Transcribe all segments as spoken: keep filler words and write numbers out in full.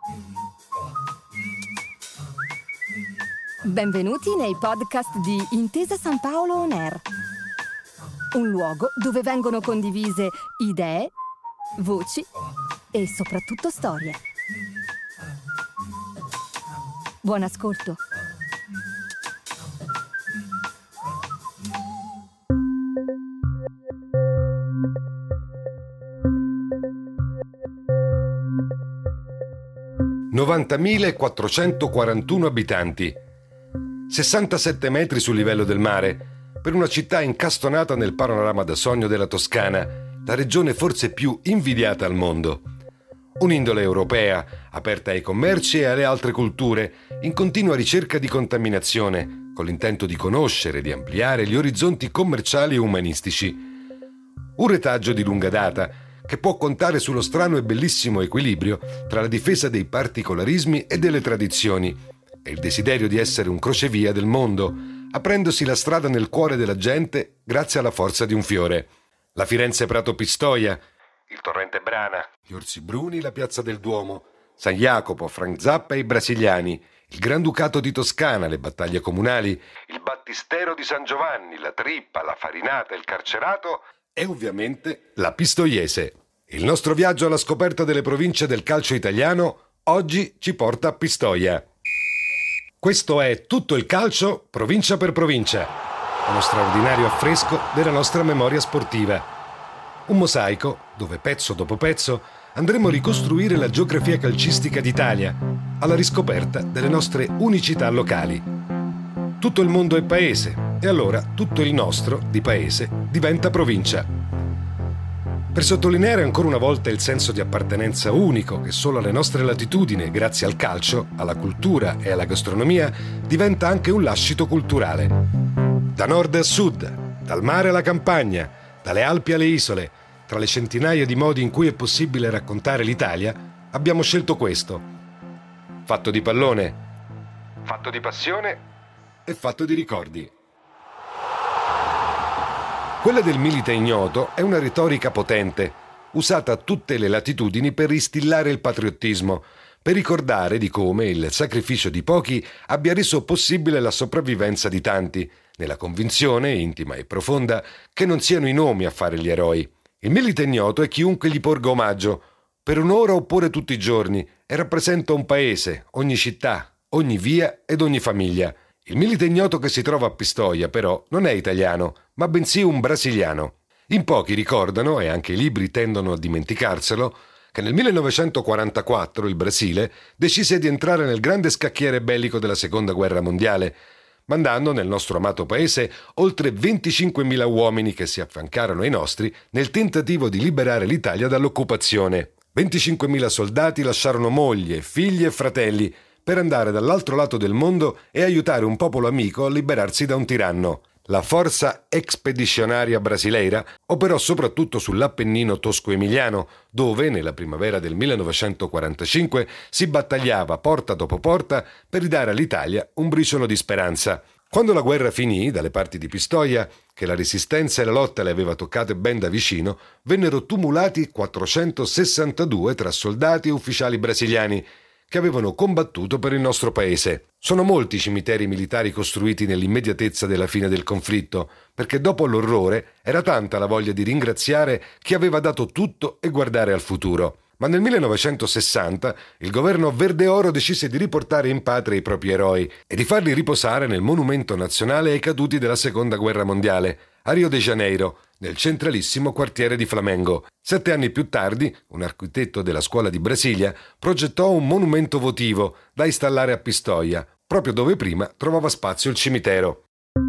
Benvenuti nei podcast di Intesa San Paolo On Air, un luogo dove vengono condivise idee, voci e soprattutto storie. Buon ascolto. novantamilaquattrocentoquarantuno abitanti, sessantasette metri sul livello del mare, per una città incastonata nel panorama da sogno della Toscana, la regione forse più invidiata al mondo. Un'indole europea, aperta ai commerci e alle altre culture, in continua ricerca di contaminazione, con l'intento di conoscere e di ampliare gli orizzonti commerciali e umanistici. Un retaggio di lunga data, che può contare sullo strano e bellissimo equilibrio tra la difesa dei particolarismi e delle tradizioni e il desiderio di essere un crocevia del mondo, aprendosi la strada nel cuore della gente grazie alla forza di un fiore. La Firenze Prato Pistoia, il torrente Brana, gli Orsi Bruni, la Piazza del Duomo, San Jacopo, Frank Zappa e i brasiliani, il Granducato di Toscana, le battaglie comunali, il Battistero di San Giovanni, la Trippa, la Farinata, il Carcerato e ovviamente la Pistoiese. Il nostro viaggio alla scoperta delle province del calcio italiano oggi ci porta a Pistoia. Questo è Tutto il calcio, provincia per provincia, uno straordinario affresco della nostra memoria sportiva. Un mosaico dove pezzo dopo pezzo andremo a ricostruire la geografia calcistica d'Italia, alla riscoperta delle nostre unicità locali. Tutto il mondo è paese e allora tutto il nostro, di paese, diventa provincia. Per sottolineare ancora una volta il senso di appartenenza unico che solo alle nostre latitudini, grazie al calcio, alla cultura e alla gastronomia, diventa anche un lascito culturale. Da nord a sud, dal mare alla campagna, dalle Alpi alle isole, tra le centinaia di modi in cui è possibile raccontare l'Italia, abbiamo scelto questo. Fatto di pallone, fatto di passione e fatto di ricordi. Quella del Milite Ignoto è una retorica potente, usata a tutte le latitudini per instillare il patriottismo, per ricordare di come il sacrificio di pochi abbia reso possibile la sopravvivenza di tanti, nella convinzione, intima e profonda, che non siano i nomi a fare gli eroi. Il Milite Ignoto è chiunque gli porga omaggio, per un'ora oppure tutti i giorni, e rappresenta un paese, ogni città, ogni via ed ogni famiglia. Il Milite Ignoto che si trova a Pistoia, però, non è italiano, ma bensì un brasiliano. In pochi ricordano, e anche i libri tendono a dimenticarselo, che nel millenovecentoquarantaquattro il Brasile decise di entrare nel grande scacchiere bellico della Seconda Guerra Mondiale, mandando nel nostro amato paese oltre venticinquemila uomini che si affiancarono ai nostri nel tentativo di liberare l'Italia dall'occupazione. venticinquemila soldati lasciarono moglie, figli e fratelli, per andare dall'altro lato del mondo e aiutare un popolo amico a liberarsi da un tiranno. La Forza Expedicionaria Brasileira operò soprattutto sull'Appennino tosco-emiliano, dove, nella primavera del millenovecentoquarantacinque, si battagliava porta dopo porta per ridare all'Italia un briciolo di speranza. Quando la guerra finì, dalle parti di Pistoia, che la resistenza e la lotta le aveva toccate ben da vicino, vennero tumulati quattrocentosessantadue tra soldati e ufficiali brasiliani, che avevano combattuto per il nostro paese. Sono molti i cimiteri militari costruiti nell'immediatezza della fine del conflitto, perché dopo l'orrore era tanta la voglia di ringraziare chi aveva dato tutto e guardare al futuro. Ma nel millenovecentosessanta il governo Verde Oro decise di riportare in patria i propri eroi e di farli riposare nel monumento nazionale ai caduti della Seconda Guerra Mondiale, a Rio de Janeiro, nel centralissimo quartiere di Flamengo. Sette anni più tardi, un architetto della Scuola di Brasilia progettò un monumento votivo da installare a Pistoia, proprio dove prima trovava spazio il cimitero.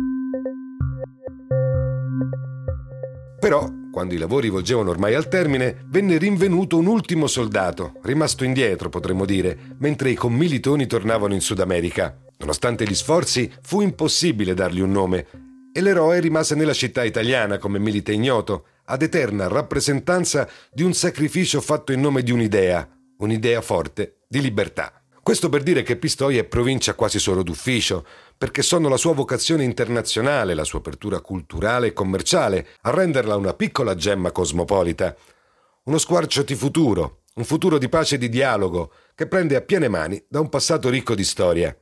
Però, quando i lavori volgevano ormai al termine, venne rinvenuto un ultimo soldato, rimasto indietro, potremmo dire, mentre i commilitoni tornavano in Sud America. Nonostante gli sforzi, fu impossibile dargli un nome, e l'eroe rimase nella città italiana come Milite Ignoto, ad eterna rappresentanza di un sacrificio fatto in nome di un'idea, un'idea forte di libertà. Questo per dire che Pistoia è provincia quasi solo d'ufficio, perché sono la sua vocazione internazionale, la sua apertura culturale e commerciale a renderla una piccola gemma cosmopolita. Uno squarcio di futuro, Un futuro di pace e di dialogo che prende a piene mani da un passato ricco di storia.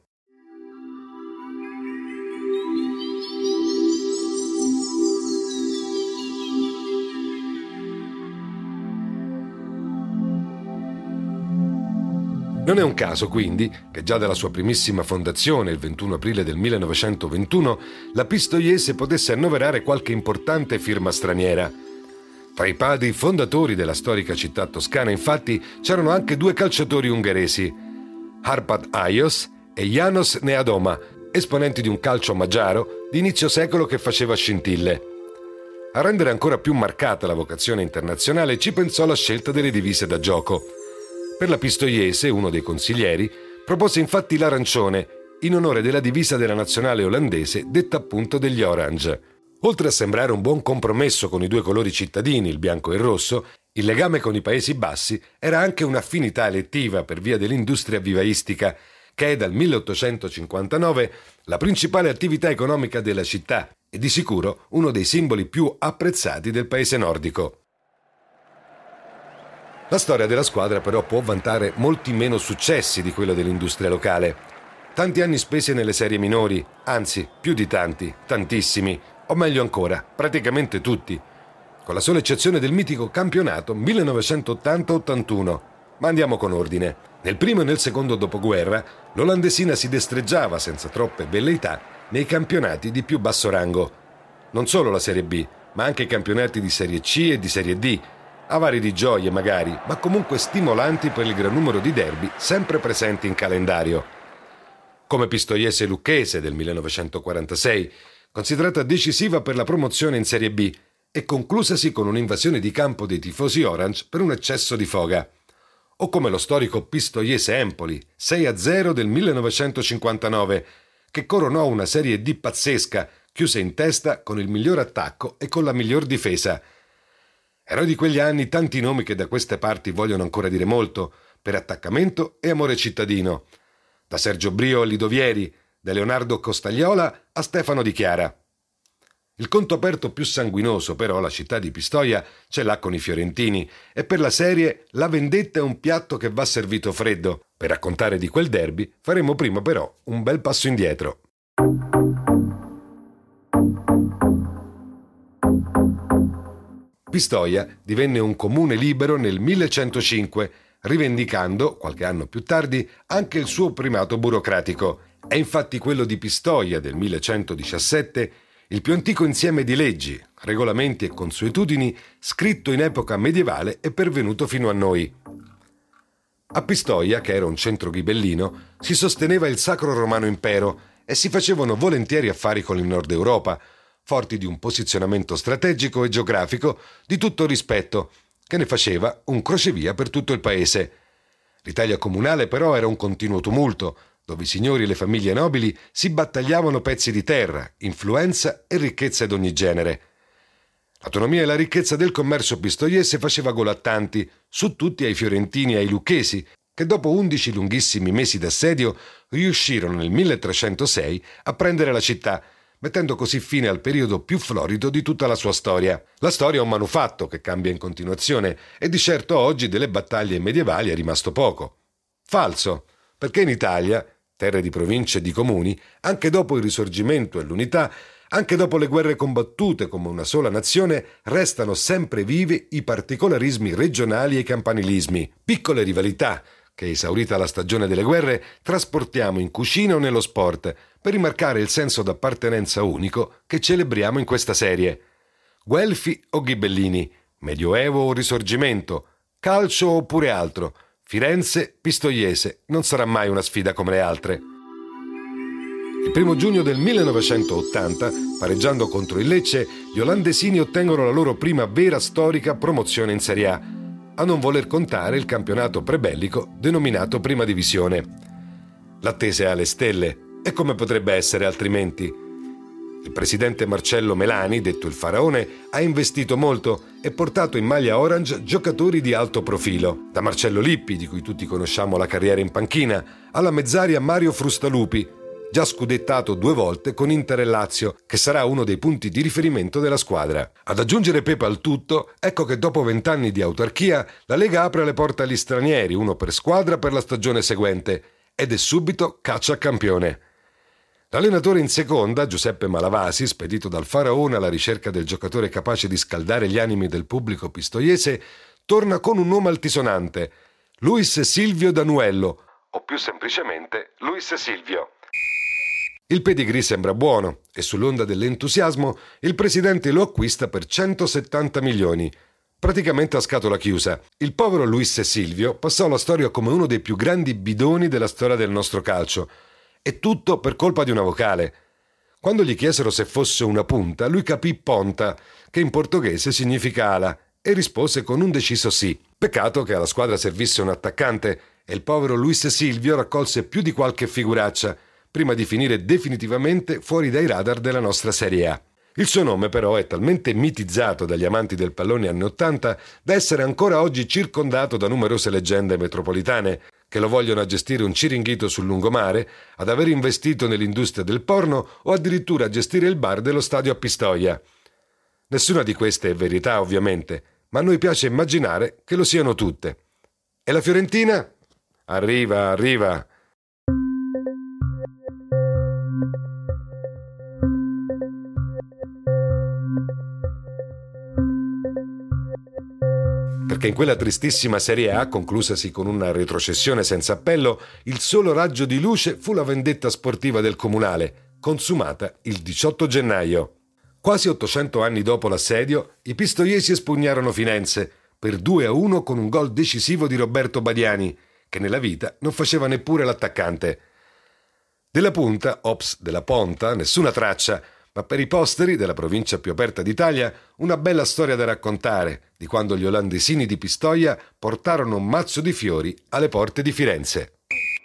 Non è un caso, quindi, che già dalla sua primissima fondazione, il ventuno aprile del millenovecentoventuno, la Pistoiese potesse annoverare qualche importante firma straniera. Tra i padri fondatori della storica città toscana, infatti, c'erano anche due calciatori ungheresi, Arpad Ajos e János Neadoma, esponenti di un calcio magiaro di inizio secolo che faceva scintille. A rendere ancora più marcata la vocazione internazionale ci pensò la scelta delle divise da gioco. Per la Pistoiese, uno dei consiglieri, propose infatti l'arancione, in onore della divisa della nazionale olandese, detta appunto degli Orange. Oltre a sembrare un buon compromesso con i due colori cittadini, il bianco e il rosso, il legame con i Paesi Bassi era anche un'affinità elettiva per via dell'industria vivaistica, che è dal milleottocentocinquantanove la principale attività economica della città e di sicuro uno dei simboli più apprezzati del paese nordico. La storia della squadra però può vantare molti meno successi di quella dell'industria locale. Tanti anni spesi nelle serie minori, anzi più di tanti, tantissimi, o meglio ancora, praticamente tutti, con la sola eccezione del mitico campionato millenovecentottanta ottantuno. Ma andiamo con ordine. Nel primo e nel secondo dopoguerra l'olandesina si destreggiava senza troppe velleità nei campionati di più basso rango. Non solo la Serie B, ma anche i campionati di Serie C e di Serie D, avari di gioie magari, ma comunque stimolanti per il gran numero di derby sempre presenti in calendario. Come Pistoiese Lucchese del millenovecentoquarantasei, considerata decisiva per la promozione in Serie B e conclusasi con un'invasione di campo dei tifosi Orange per un eccesso di foga. O come lo storico Pistoiese Empoli, sei a zero del millenovecentocinquantanove, che coronò una Serie D pazzesca, chiuse in testa con il miglior attacco e con la miglior difesa. Eroi di quegli anni tanti nomi che da queste parti vogliono ancora dire molto, per attaccamento e amore cittadino. Da Sergio Brio a Lido Vieri, da Leonardo Costagliola a Stefano Di Chiara. Il conto aperto più sanguinoso, però, la città di Pistoia ce l'ha con i fiorentini e per la serie la vendetta è un piatto che va servito freddo. Per raccontare di quel derby faremo prima però un bel passo indietro. Pistoia divenne un comune libero nel millecentocinque, rivendicando, qualche anno più tardi, anche il suo primato burocratico. È infatti quello di Pistoia del millecentodiciassette il più antico insieme di leggi, regolamenti e consuetudini scritto in epoca medievale e pervenuto fino a noi. A Pistoia, che era un centro ghibellino, si sosteneva il Sacro Romano Impero e si facevano volentieri affari con il Nord Europa, forti di un posizionamento strategico e geografico di tutto rispetto, che ne faceva un crocevia per tutto il paese. L'Italia comunale però era un continuo tumulto, dove i signori e le famiglie nobili si battagliavano pezzi di terra, influenza e ricchezza d'ogni genere. L'autonomia e la ricchezza del commercio pistoiese faceva gola a tanti, su tutti ai fiorentini e ai lucchesi, che dopo undici lunghissimi mesi d'assedio riuscirono nel milletrecentosei a prendere la città, mettendo così fine al periodo più florido di tutta la sua storia. La storia è un manufatto che cambia in continuazione e di certo oggi delle battaglie medievali è rimasto poco. Falso, perché in Italia, terre di province e di comuni, anche dopo il Risorgimento e l'Unità, anche dopo le guerre combattute come una sola nazione, restano sempre vivi i particolarismi regionali e i campanilismi, piccole rivalità che, esaurita la stagione delle guerre, trasportiamo in cucina o nello sport per rimarcare il senso d'appartenenza unico che celebriamo in questa serie. Guelfi o ghibellini, Medioevo o Risorgimento, calcio oppure altro, Firenze, Pistoiese, non sarà mai una sfida come le altre. Il primo giugno del millenovecentottanta, pareggiando contro il Lecce, gli olandesini ottengono la loro prima vera storica promozione in Serie A, a non voler contare il campionato prebellico denominato Prima Divisione. L'attesa è alle stelle, e come potrebbe essere altrimenti? Il presidente Marcello Melani, detto il faraone, ha investito molto e portato in maglia orange giocatori di alto profilo, da Marcello Lippi, di cui tutti conosciamo la carriera in panchina, alla mezzaria Mario Frustalupi, già scudettato due volte con Inter e Lazio, che sarà uno dei punti di riferimento della squadra. Ad aggiungere pepe al tutto, ecco che dopo vent'anni di autarchia, la Lega apre le porte agli stranieri, uno per squadra per la stagione seguente, ed è subito caccia a campione. L'allenatore in seconda, Giuseppe Malavasi, spedito dal Faraone alla ricerca del giocatore capace di scaldare gli animi del pubblico pistoiese, torna con un nome altisonante, Luis Silvio Danuello, o più semplicemente Luis Silvio. Il pedigree sembra buono e sull'onda dell'entusiasmo il presidente lo acquista per centosettanta milioni, praticamente a scatola chiusa. Il povero Luis Silvio passò alla storia come uno dei più grandi bidoni della storia del nostro calcio, e tutto per colpa di una vocale. Quando gli chiesero se fosse una punta, lui capì ponta, che in portoghese significa ala, e rispose con un deciso sì. Peccato che alla squadra servisse un attaccante e il povero Luis Silvio raccolse più di qualche figuraccia prima di finire definitivamente fuori dai radar della nostra Serie A. Il suo nome però è talmente mitizzato dagli amanti del pallone anni Ottanta da essere ancora oggi circondato da numerose leggende metropolitane che lo vogliono a gestire un ciringhito sul lungomare, ad aver investito nell'industria del porno o addirittura a gestire il bar dello stadio a Pistoia. Nessuna di queste è verità, ovviamente, ma a noi piace immaginare che lo siano tutte. E la Fiorentina? Arriva, arriva! Perché in quella tristissima Serie A, conclusasi con una retrocessione senza appello, il solo raggio di luce fu la vendetta sportiva del Comunale, consumata il diciotto gennaio. Quasi ottocento anni dopo l'assedio, i pistoiesi espugnarono Firenze per due a uno con un gol decisivo di Roberto Badiani, che nella vita non faceva neppure l'attaccante. Della punta, ops, della ponta, nessuna traccia, ma per i posteri della provincia più aperta d'Italia una bella storia da raccontare di quando gli olandesini di Pistoia portarono un mazzo di fiori alle porte di Firenze.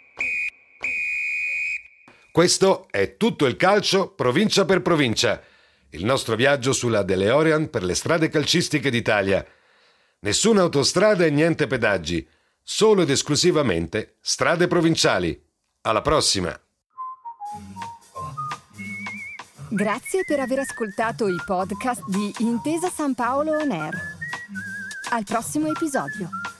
Questo è tutto il calcio provincia per provincia, il nostro viaggio sulla DeLorean per le strade calcistiche d'Italia. Nessuna autostrada e niente pedaggi, solo ed esclusivamente strade provinciali. Alla prossima! Grazie per aver ascoltato i podcast di Intesa San Paolo On Air. Al prossimo episodio.